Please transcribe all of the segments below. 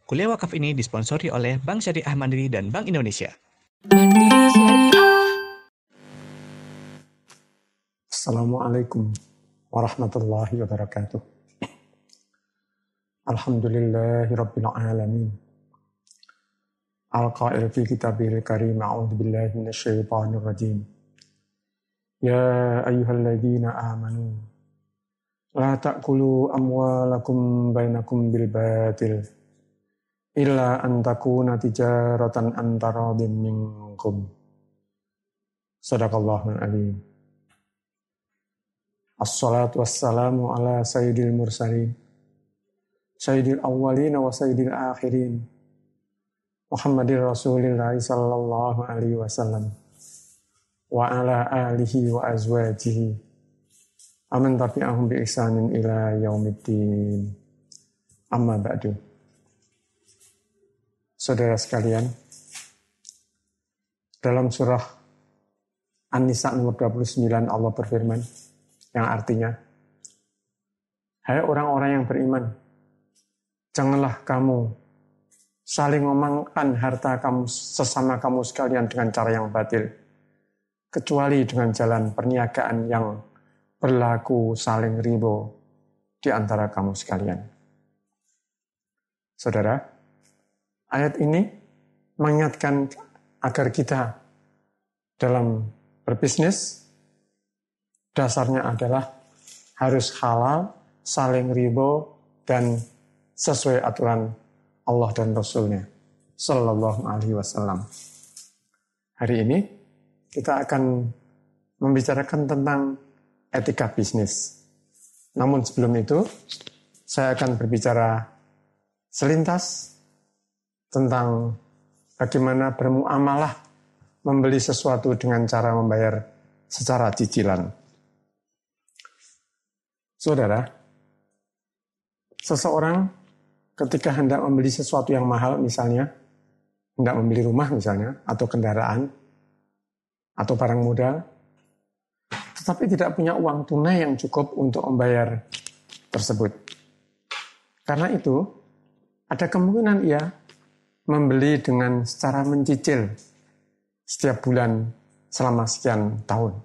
Kuliah Wakaf ini disponsori oleh Bank Syariah Mandiri dan Bank Indonesia. Mandiri Syariah. Assalamualaikum warahmatullahi wabarakatuh. Alhamdulillahi rabbil alamin. Al-qail fi kitabil karim, a'udzu billahi minasyaitonir rajim. Ya ayyuhalladzina amanu la ta'kulu amwalakum bainakum bil batil illa an takuna tijaratan an taradin minkum. Shadaqallahul azim. Assalatu wassalamu ala sayyidil mursalin, sayyidil awwalin wa sayyidil akhirin, Muhammadir Rasulillah sallallahu alaihi wasallam wa ala alihi wa azwajihi aman tabi'ahum bi ihsanin ila yaumiddin. Amma ba'du. Saudara sekalian, dalam surah An-Nisa nomor 29 Allah berfirman yang artinya, hai orang-orang yang beriman, janganlah kamu saling memakan harta kamu sesama kamu sekalian dengan cara yang batil, kecuali dengan jalan perniagaan yang berlaku saling ribo di antara kamu sekalian. Saudara, ayat ini mengingatkan agar kita dalam berbisnis dasarnya adalah harus halal, saling ribo, dan sesuai aturan Allah dan Rasul-Nya Sallallahu Alaihi Wasallam. Hari ini kita akan membicarakan tentang etika bisnis. Namun sebelum itu, saya akan berbicara selintas tentang bagaimana bermuamalah membeli sesuatu dengan cara membayar secara cicilan. Saudara, seseorang ketika hendak membeli sesuatu yang mahal, misalnya hendak membeli rumah misalnya, atau kendaraan, atau barang modal, tetapi tidak punya uang tunai yang cukup untuk membayar tersebut. Karena itu, ada kemungkinan ia membeli dengan secara mencicil setiap bulan selama sekian tahun.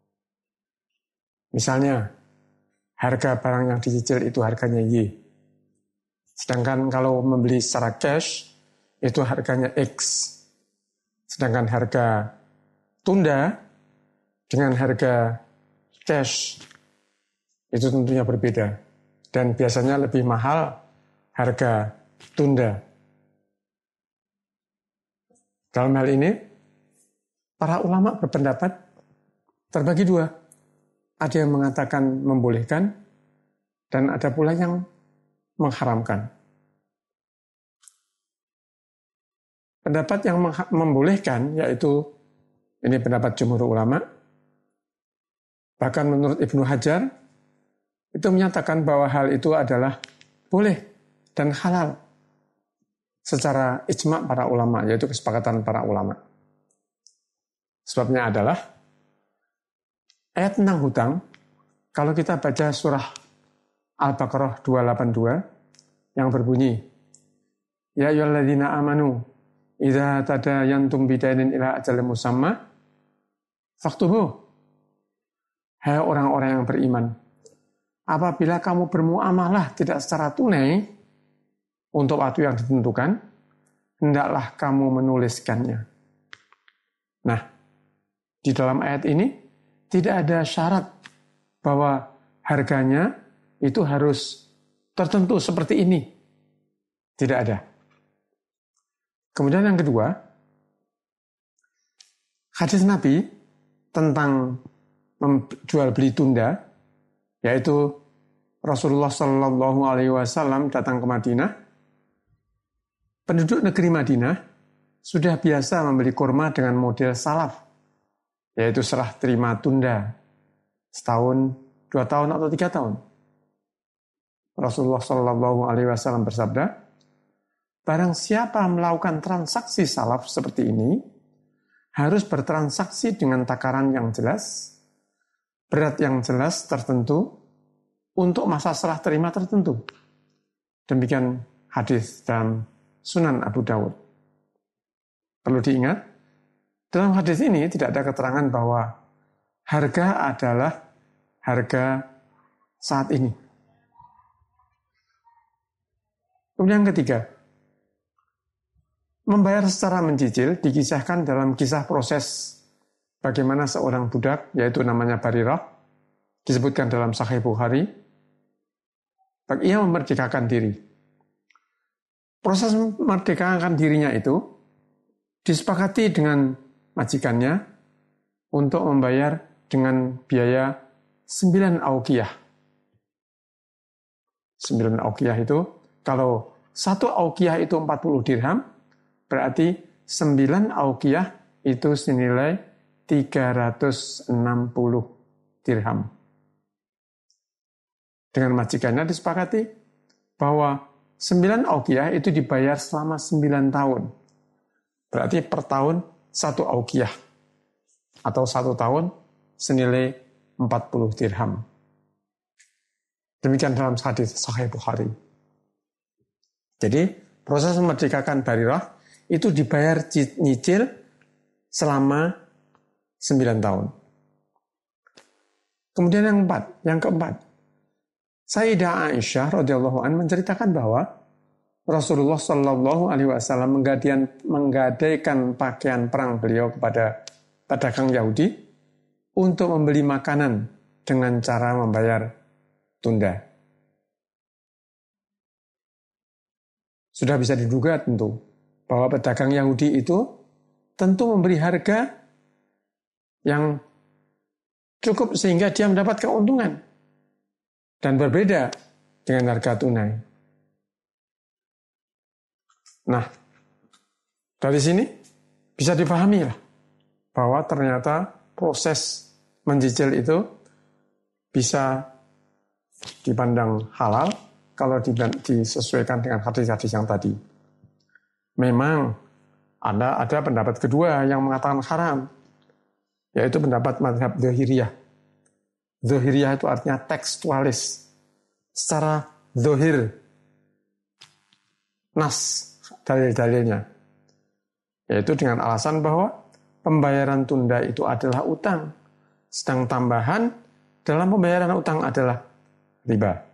Misalnya, harga barang yang dicicil itu harganya Y. Sedangkan kalau membeli secara cash, itu harganya X. Sedangkan harga tunda dengan harga cash, itu tentunya berbeda. Dan biasanya lebih mahal harga tunda. Dalam hal ini, para ulama berpendapat terbagi dua. Ada yang mengatakan membolehkan, dan ada pula yang mengharamkan. Pendapat yang membolehkan, yaitu ini pendapat jumhur ulama, bahkan menurut Ibnu Hajar, itu menyatakan bahwa hal itu adalah boleh dan halal secara ijma' para ulama, yaitu kesepakatan para ulama. Sebabnya adalah ayat tentang hutang, kalau kita baca surah Al-Baqarah 282 yang berbunyi, ya ayyuhalladzina amanu idza tadayantum bidainin ila ajalin musamma faktubuh. Hai orang-orang yang beriman, apabila kamu bermuamalah tidak secara tunai untuk waktu yang ditentukan, hendaklah kamu menuliskannya. Nah, di dalam ayat ini tidak ada syarat bahwa harganya itu harus tertentu seperti ini. Tidak ada. Kemudian yang kedua, hadis Nabi tentang jual beli tunda, yaitu Rasulullah Shallallahu Alaihi Wasallam datang ke Madinah. Penduduk negeri Madinah sudah biasa membeli kurma dengan model salaf, yaitu serah terima tunda setahun, 2 tahun atau 3 tahun. Rasulullah Shallallahu Alaihi Wasallam bersabda, barang siapa melakukan transaksi salaf seperti ini, harus bertransaksi dengan takaran yang jelas, berat yang jelas tertentu, untuk masa serah terima tertentu. Demikian hadis dalam Sunan Abu Dawud. Perlu diingat, dalam hadis ini tidak ada keterangan bahwa harga adalah harga saat ini. Kemudian yang ketiga, membayar secara mencicil dikisahkan dalam kisah proses bagaimana seorang budak, yaitu namanya Barirah, disebutkan dalam Sahih Bukhari, ia memerdekakan diri. Proses memerdekakan dirinya itu disepakati dengan majikannya untuk membayar dengan biaya 9 auqiyah. 9 auqiyah itu, kalau 1 auqiyah itu 40 dirham, berarti 9 auqiyah itu senilai 360 dirham. Dengan majikannya disepakati bahwa 9 auqiyah itu dibayar selama 9 tahun. Berarti per tahun 1 auqiyah. Atau 1 tahun senilai 40 dirham. Demikian dalam hadis Sahih Bukhari. Jadi proses memerdekakan Barirah itu dibayar nyicil selama 9 tahun. Kemudian yang keempat, Sayyidah Aisyah radhiyallahu anha menceritakan bahwa Rasulullah Shallallahu Alaihi Wasallam menggadaikan pakaian perang beliau kepada pedagang Yahudi untuk membeli makanan dengan cara membayar tunda. Sudah bisa diduga tentu bahwa pedagang Yahudi itu tentu memberi harga yang cukup sehingga dia mendapat keuntungan dan berbeda dengan harga tunai. Nah, dari sini bisa dipahami lah bahwa ternyata proses mencicil itu bisa dipandang halal kalau disesuaikan dengan hadis-hadis yang tadi. Memang ada pendapat kedua yang mengatakan haram, yaitu pendapat mazhab Dzahiriyah. Dzahiriyah itu artinya tekstualis, secara zahir, nas, dalil-dalilnya. Yaitu dengan alasan bahwa pembayaran tunda itu adalah utang, sedang tambahan dalam pembayaran utang adalah riba.